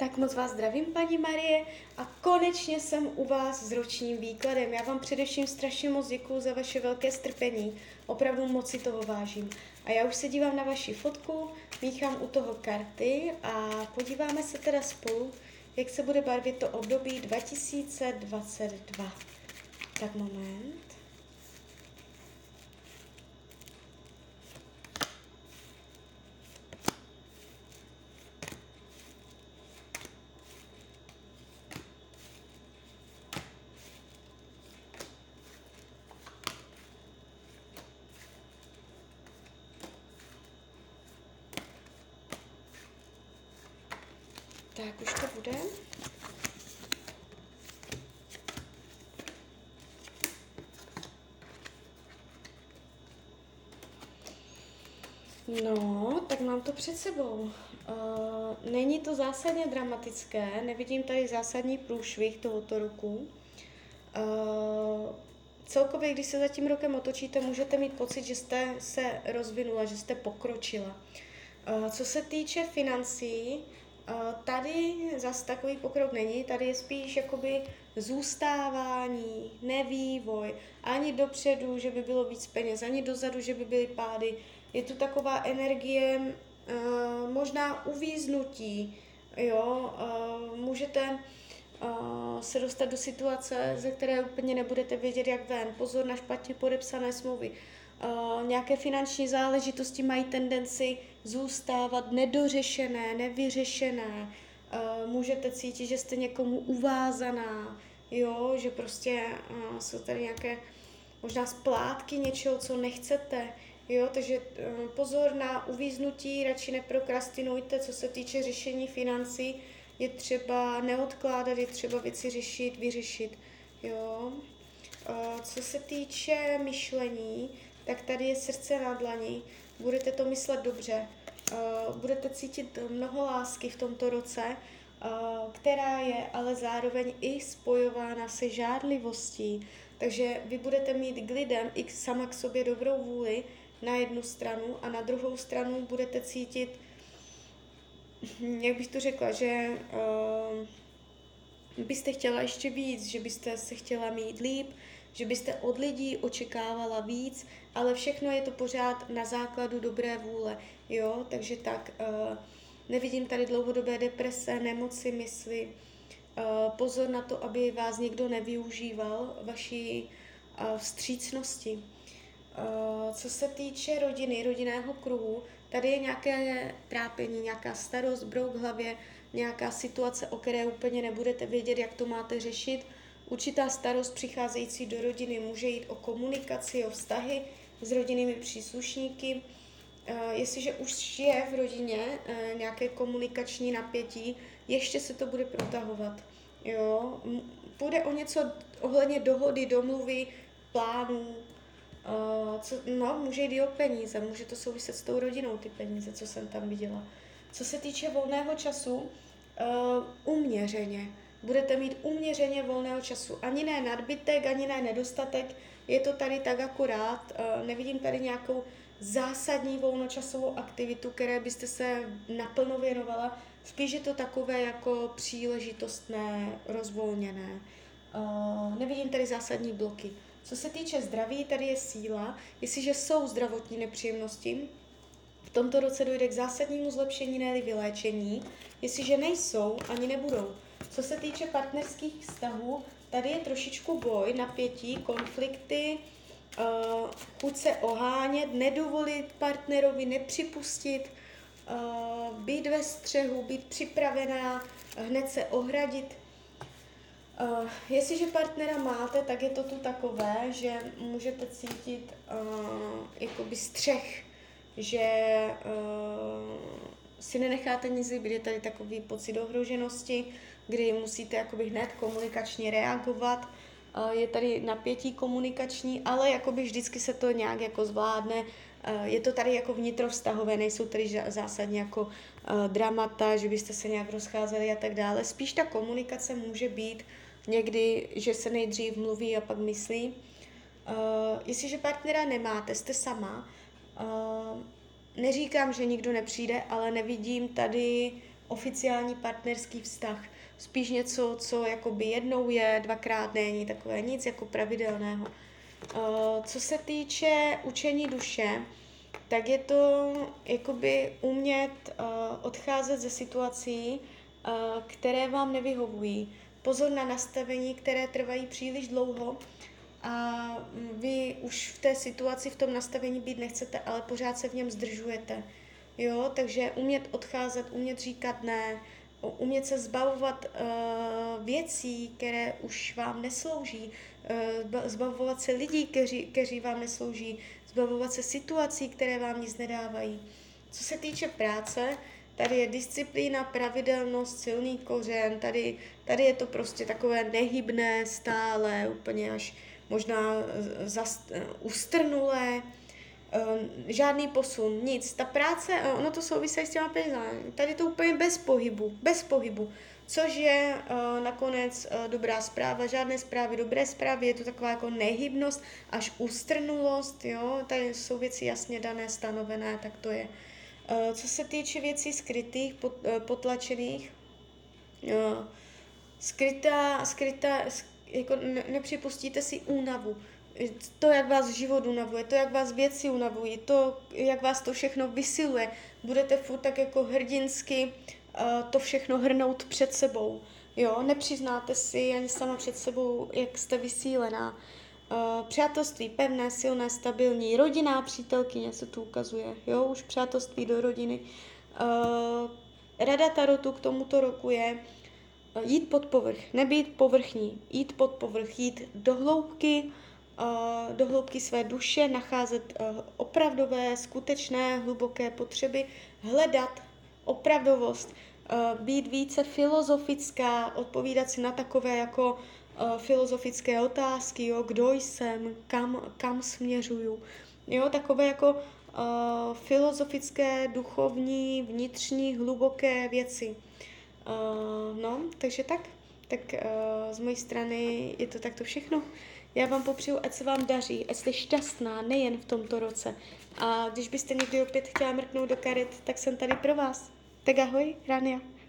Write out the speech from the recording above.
Tak moc vás zdravím, paní Marie, a konečně jsem u vás s ročním výkladem. Já vám především strašně moc děkuju za vaše velké strpení, opravdu moc si toho vážím. A já už se dívám na vaši fotku, míchám u toho karty a podíváme se teda spolu, jak se bude barvit to období 2022. Tak moment. Tak, už to bude. No, tak mám to před sebou. Není to zásadně dramatické, nevidím tady zásadní průšvih tohoto roku. Celkově, když se za tím rokem otočíte, můžete mít pocit, že jste se rozvinula, že jste pokročila. Co se týče financí, tady zase takový pokrok není, tady je spíš jakoby zůstávání, nevývoj, ani dopředu, že by bylo víc peněz, ani dozadu, že by byly pády. Je tu taková energie, možná uvíznutí, jo, můžete se dostat do situace, ze které úplně nebudete vědět, jak ven. Pozor na špatně podepsané smlouvy. Nějaké finanční záležitosti mají tendenci zůstávat nedořešené, nevyřešené. Můžete cítit, že jste někomu uvázaná, jo, že prostě jsou tady nějaké možná splátky něčeho, co nechcete, jo, takže pozor na uvíznutí, radši neprokrastinujte, co se týče řešení financí, je třeba neodkládat, je třeba věci řešit, vyřešit, jo. Co se týče myšlení, tak tady je srdce na dlani, budete to myslet dobře, budete cítit mnoho lásky v tomto roce, která je ale zároveň i spojována se žádlivostí, takže vy budete mít k lidem i sama k sobě dobrou vůli na jednu stranu a na druhou stranu budete cítit, jak bych to řekla, že byste chtěla ještě víc, že byste se chtěla mít líp, že byste od lidí očekávala víc, ale všechno je to pořád na základu dobré vůle, jo, takže tak, nevidím tady dlouhodobé deprese, nemoci mysli, pozor na to, aby vás někdo nevyužíval, vaší vstřícnosti. Co se týče rodiny, rodinného kruhu, tady je nějaké trápení, nějaká starost, brouk v hlavě, nějaká situace, o které úplně nebudete vědět, jak to máte řešit. Určitá starost přicházející do rodiny může jít o komunikaci, o vztahy s rodinnými příslušníky. Jestliže už je v rodině nějaké komunikační napětí, ještě se to bude protahovat. Jo? Půjde o něco ohledně dohody, domluvy, plánů. Může jít i o peníze, může to souviset s tou rodinou, ty peníze, co jsem tam viděla. Co se týče volného času, uměřeně. Budete mít uměřeně volného času. Ani ne nadbytek, ani ne nedostatek. Je to tady tak akorát. Nevidím tady nějakou zásadní volnočasovou aktivitu, které byste se naplno věnovala. Spíš je to takové jako příležitostné, rozvolněné. Nevidím tady zásadní bloky. Co se týče zdraví, tady je síla. Jestliže jsou zdravotní nepříjemnosti, v tomto roce dojde k zásadnímu zlepšení, ne-li vyléčení. Jestliže nejsou, ani nebudou. Co se týče partnerských vztahů, tady je trošičku boj, napětí, konflikty, chuť se ohánět, nedovolit partnerovi, nepřipustit, být ve střehu, být připravená, hned se ohradit. Jestliže partnera máte, tak je to tu takové, že můžete cítit jakoby střeh, že si nenecháte nic líbit, je tady takový pocit ohroženosti, kdy musíte jakoby hned komunikačně reagovat, je tady napětí komunikační, ale jakoby vždycky se to nějak jako zvládne, je to tady jako vnitrovztahové, nejsou tady zásadně jako dramata, že byste se nějak rozcházeli a tak dále. Spíš ta komunikace může být někdy, že se nejdřív mluví a pak myslí. Jestliže partnera nemáte, jste sama, neříkám, že nikdo nepřijde, ale nevidím tady oficiální partnerský vztah. Spíš něco, co jakoby jednou je, dvakrát není, takové nic jako pravidelného. Co se týče učení duše, tak je to jakoby umět odcházet ze situací, které vám nevyhovují. Pozor na nastavení, které trvají příliš dlouho a vy už v té situaci, v tom nastavení být nechcete, ale pořád se v něm zdržujete. Jo, takže umět odcházet, umět říkat ne, umět se zbavovat věcí, které už vám neslouží, zbavovat se lidí, kteří vám neslouží, zbavovat se situací, které vám nic nedávají. Co se týče práce, tady je disciplína, pravidelnost, silný kořen, tady je to prostě takové nehybné, stále, úplně až možná ustrnulé, žádný posun, nic. Ta práce, ono to souvisí s těma penězami. Tady to úplně bez pohybu, což je nakonec dobrá zpráva, žádné zprávy, dobré zprávy, je to taková jako nehybnost, až ustrnulost, jo, tady jsou věci jasně dané, stanovené, tak to je. Co se týče věcí skrytých, potlačených, jako nepřipustíte si únavu. To, jak vás život unavuje, to, jak vás věci unavují, to, jak vás to všechno vysiluje. Budete furt tak jako hrdinsky to všechno hrnout před sebou. Jo, nepřiznáte si ani sama před sebou, jak jste vysílená. Přátelství pevné, silné, stabilní, rodinná přítelkyně se tu ukazuje, jo, už přátelství do rodiny. Rada tarotu k tomuto roku je jít pod povrch, nebýt povrchní, jít pod povrch, jít do hloubky své duše, nacházet opravdové, skutečné, hluboké potřeby, hledat opravdovost, být více filozofická, odpovídat si na takové jako filozofické otázky, jo, kdo jsem, kam směřuju, jo, takové jako filozofické, duchovní, vnitřní, hluboké věci. Takže tak z mojí strany je to takto všechno. Já vám popřeju, ať se vám daří, ať jste šťastná nejen v tomto roce. A když byste někdy opět chtěla mrknout do karet, tak jsem tady pro vás. Tak ahoj, Rania.